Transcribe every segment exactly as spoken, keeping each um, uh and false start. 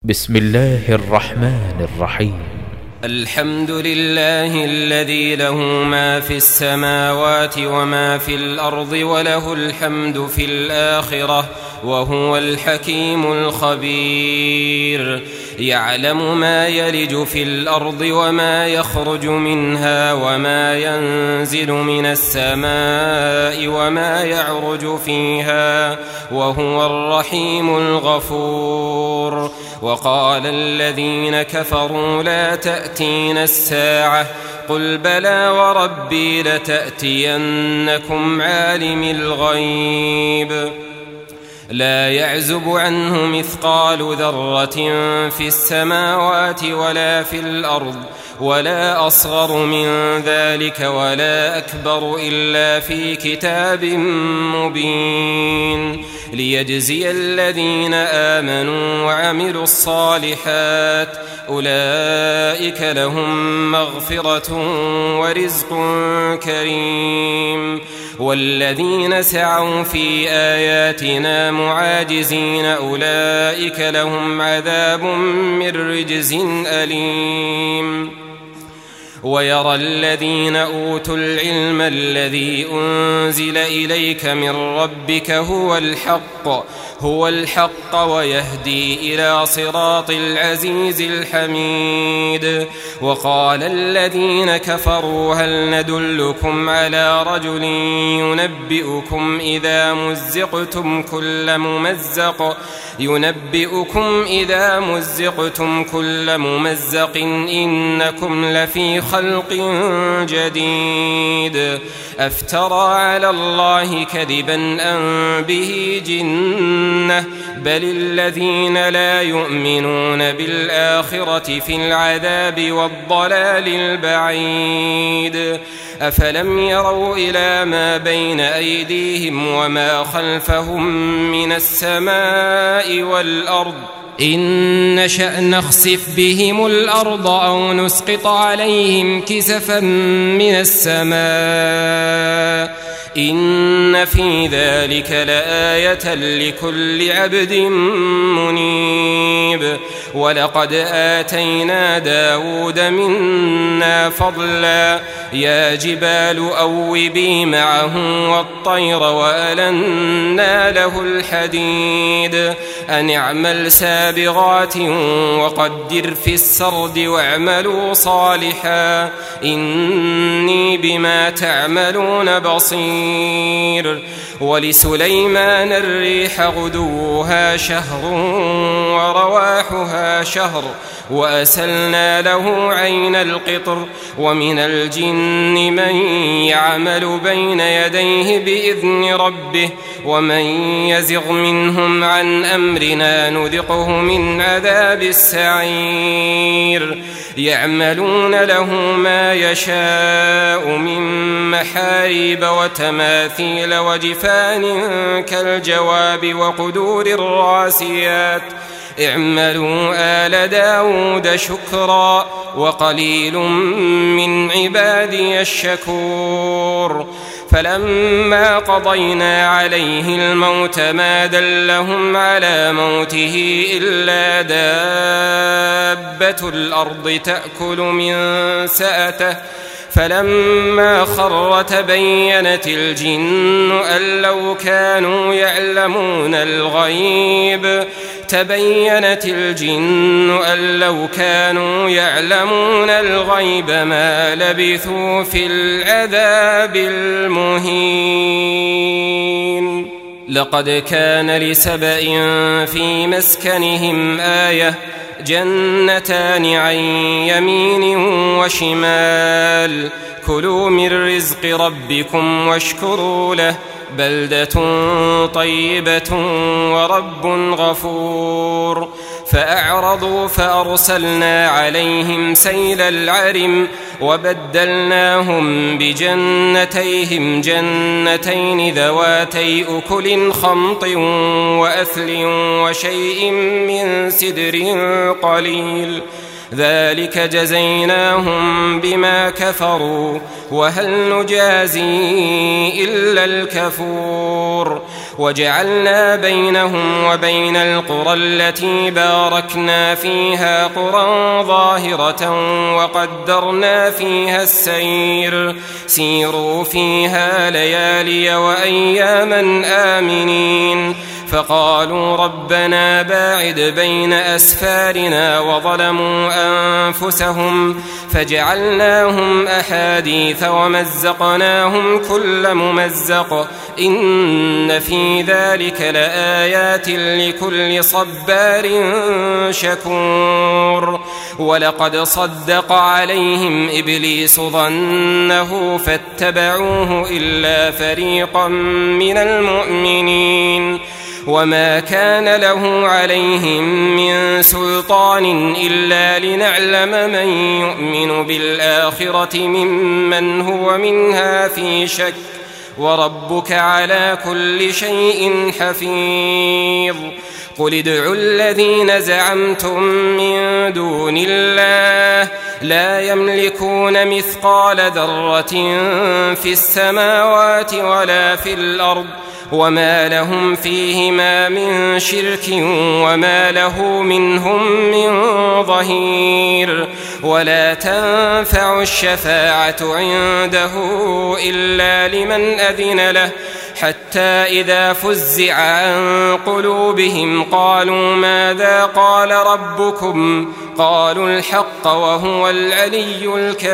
بسم الله الرحمن الرحيم. الحمد لله الذي له ما في السماوات وما في الأرض وله الحمد في الآخرة وهو الحكيم الخبير. يعلم ما يلج في الأرض وما يخرج منها وما ينزل من السماء وما يعرج فيها وهو الرحيم الغفور. وقال الذين كفروا لا تأتينا الساعة قل بلى وربي لتأتينكم عالم الغيب لا يعزب عنه مثقال ذرة في السماوات ولا في الأرض ولا أصغر من ذلك ولا أكبر إلا في كتاب مبين ليجزي الذين آمنوا وعملوا الصالحات أولئك لهم مغفرة ورزق كريم. والذين سعوا في آياتنا معاجزين أولئك لهم عذاب من رجز أليم. ويرى الذين أوتوا العلم الذي أنزل إليك من ربك هو الحق هو الحق ويهدي إلى صراط العزيز الحميد. وقال الذين كفروا هل ندلكم على رجل ينبئكم إذا مزقتم كل ممزق ينبئكم إذا مزقتم كل ممزق إنكم لفي خلق جديد أفترى على الله كذبا أم به جنة بل الذين لا يؤمنون بالآخرة في العذاب والضلال البعيد. أفلم يروا إلى ما بين أيديهم وما خلفهم من السماء والأرض إن نشأ نخسف بهم الأرض أو نسقط عليهم كسفا من السماء إن في ذلك لآية لكل عبد منيب. ولقد آتينا داود منا فضلا يا جبال أوبي معه والطير وألنا له الحديد أن اعمل سابغات وقدر في السرد واعملوا صالحا إني بما تعملون بصير. ولسليمان الريح غدوها شهر ورواحها شهر وأسلنا له عين القطر ومن الجن من يعمل بين يديه بإذن ربه ومن يزغ منهم عن أمرنا نذقه من عذاب السعير. يعملون له ما يشاء من محاريب وتماثيل وجفان كالجواب وقدور الراسيات اعملوا آل داود شكرا وقليل من عبادي الشكور. فلما قضينا عليه الموت ما دلهم على موته إلا دابة الأرض تأكل من سأته فلما خر تبينت الجن أن لو كانوا يعلمون الغيب تبينت الجن أن لو كانوا يعلمون الغيب ما لبثوا في العذاب المهين. لقد كان لسبإ في مسكنهم آية جنتان عن يمين وشمال كلوا من رزق ربكم واشكروا له بلدة طيبة ورب غفور. فأعرضوا فأرسلنا عليهم سيل العرم وبدلناهم بجنتيهم جنتين ذواتي أكل خمط وأثل وشيء من سدر قليل ذلك جزيناهم بما كفروا وهل نجازي إلا الكفور وجعلنا بينهم وبين القرى التي باركنا فيها قرى ظاهرة وقدرنا فيها السير سيروا فيها ليالي وأياما آمنين فقالوا ربنا باعد بين أسفارنا وظلموا أنفسهم فجعلناهم أحاديث ومزقناهم كل ممزق إن في ذلك لآيات لكل صبار شكور ولقد صدق عليهم إبليس ظنه فاتبعوه إلا فريقا من المؤمنين وما كان له عليهم من سلطان إلا لنعلم من يؤمن بالآخرة ممن هو منها في شك وربك على كل شيء حفيظ قل ادعوا الذين زعمتم من دون الله لا يملكون مثقال ذرة في السماوات ولا في الأرض وما لهم فيهما من شرك وما له منهم من ظهير ولا تنفع الشفاعة عنده إلا لمن أذن له حتى إذا فزع عن قلوبهم قالوا ماذا قال ربكم قالوا الحق وهو العلي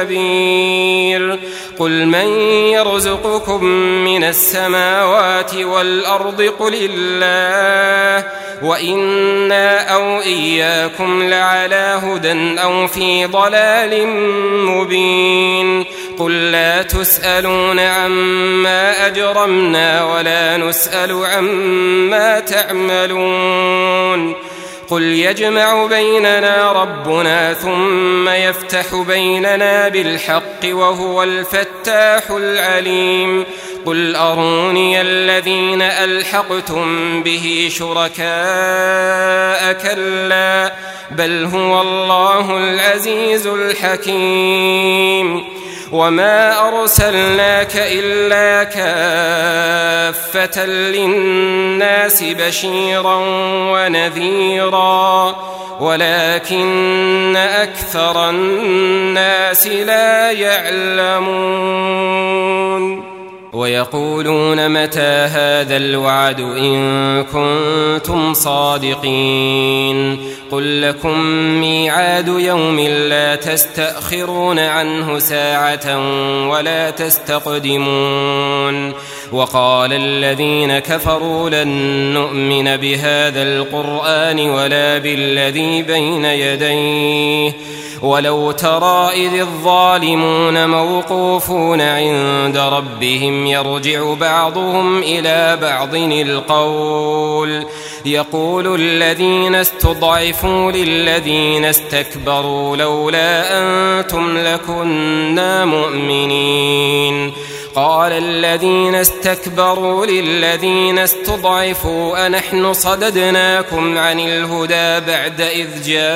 الكبير قل من يرزقكم من السماوات والأرض قل الله وإنا أو إياكم لعلى هدى أو في ضلال مبين قل لا تسألون عما أجرمنا ولا نسأل عما تعملون قل يجمع بيننا ربنا ثم يفتح بيننا بالحق وهو الفتاح العليم قل أروني الذين ألحقتم به شركاء كلا بل هو الله العزيز الحكيم وما أرسلناك إلا كافة للناس بشيرا ونذيرا ولكن أكثر الناس لا يعلمون ويقولون متى هذا الوعد إن كنتم صادقين قل لكم ميعاد يوم لا تستأخرون عنه ساعة ولا تستقدمون وقال الذين كفروا لن نؤمن بهذا القرآن ولا بالذي بين يديه ولو ترى إذ الظالمون موقوفون عند ربهم يرجع بعضهم إلى بعض القول يقول الذين استضعفوا للذين استكبروا لولا أنتم لكنا مؤمنين قال الذين استكبروا للذين استضعفوا أنحن صددناكم عن الهدى بعد إذ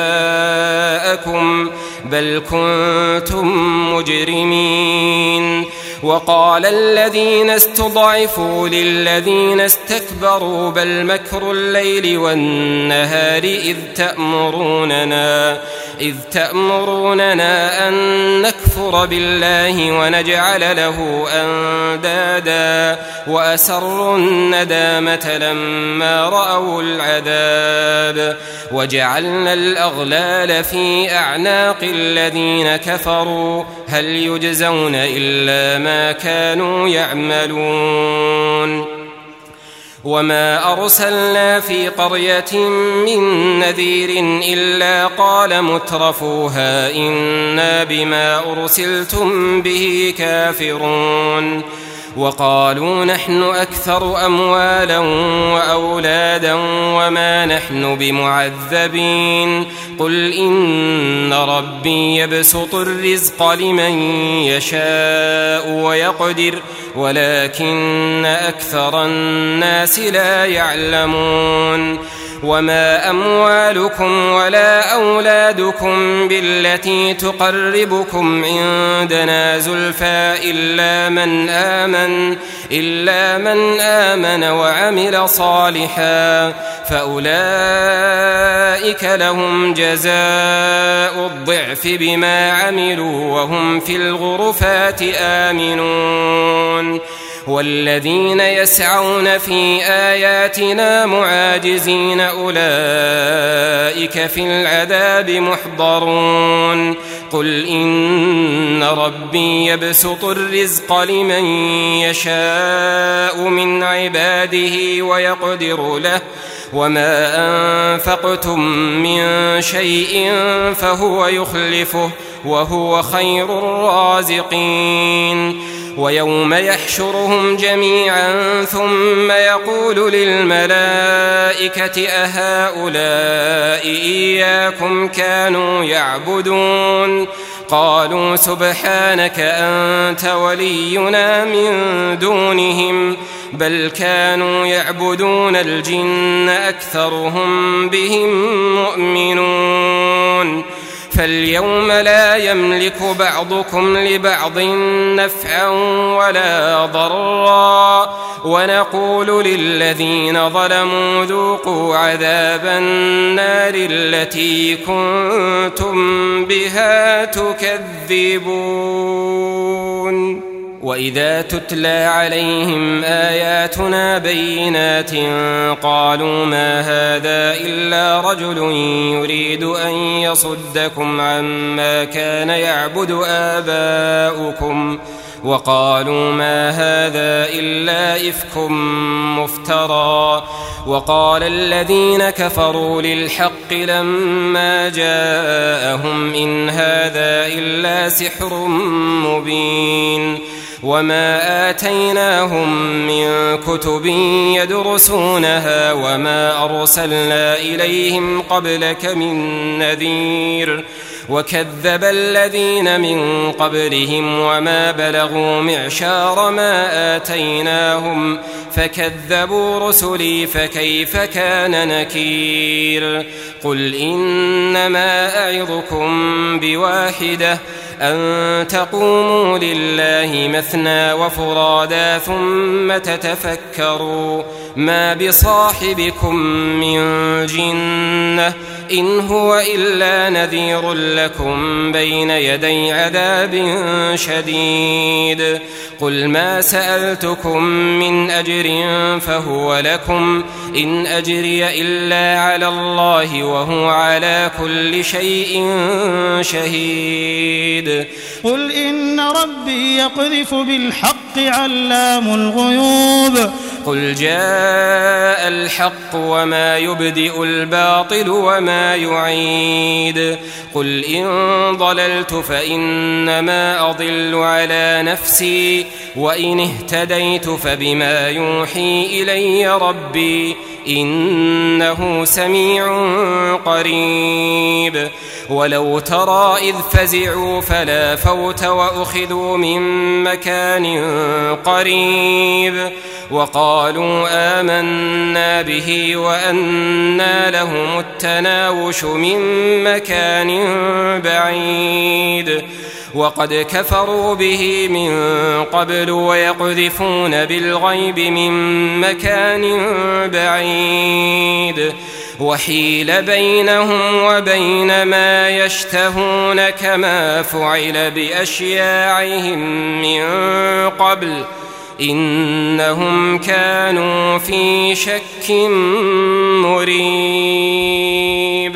جاءكم بل كنتم مجرمين وقال الذين استضعفوا للذين استكبروا بل مكر الليل والنهار إذ تأمروننا إذ تأمروننا أن نكفر بالله ونجعل له أندادا وأسروا الندامة لما رأوا العذاب وجعلنا الأغلال في أعناق الذين كفروا هل يجزون إلا ما كانوا يعملون وما أرسلنا في قرية من نذير إلا قال مترفوها إنا بما أرسلتم به كافرون وقالوا نحن أكثر أموالا وأولادا وما نحن بمعذبين قل إن ربي يبسط الرزق لمن يشاء ويقدر ولكن أكثر الناس لا يعلمون وما أموالكم ولا أولادكم بالتي تقربكم عندنا زلفى إلا من آمن إلا من آمن وعمل صالحا فأولئك لهم جزاء الضعف بما عملوا وهم في الغرفات آمنون والذين يسعون في آياتنا معاجزين أولئك في العذاب محضرون قل إن ربي يبسط الرزق لمن يشاء من عباده ويقدر له وما أنفقتم من شيء فهو يخلفه وهو خير الرازقين ويوم يحشرهم جميعا ثم يقول للملائكة أهؤلاء إياكم كانوا يعبدون قالوا سبحانك أنت ولينا من دونهم بل كانوا يعبدون الجن أكثرهم بهم مؤمنون فاليوم لا يملك بعضكم لبعض نفعا ولا ضرا ونقول للذين ظلموا ذوقوا عذاب النار التي كنتم بها تكذبون وإذا تتلى عليهم آياتنا بينات قالوا ما هذا إلا رجل يريد أن يصدكم عما كان يعبد آباؤكم وقالوا ما هذا إلا إفك مفترى وقال الذين كفروا للحق لما جاءهم إن هذا إلا سحر مبين وما آتيناهم من كتب يدرسونها وما أرسلنا إليهم قبلك من نذير وكذب الذين من قبلهم وما بلغوا معشار ما آتيناهم فكذبوا رسلي فكيف كان نكير قل إنما أعظكم بواحدة أن تقوموا لله مثنى وفرادا ثم تتفكروا ما بصاحبكم من جنة إن هو إلا نذير لكم بين يدي عذاب شديد قل ما سألتكم من أجر فهو لكم إن أجري إلا على الله وهو على كل شيء شهيد قل إن ربي يقذف بالحق علام الغيوب قل جاء الحق وما يبدئ الباطل وما يعيد قل إن ضللت فإنما أضل على نفسي وإن اهتديت فبما يوحي إلي ربي إنه سميع قريب ولو ترى إذ فزعوا فلا فوت وأخذوا من مكان قريب وقالوا آمنا به وأنى لهم التناوش من مكان بعيد وقد كفروا به من قبل ويقذفون بالغيب من مكان بعيد وحيل بينهم وبين ما يشتهون كما فعل بأشياعهم من قبل إنهم كانوا في شك مريب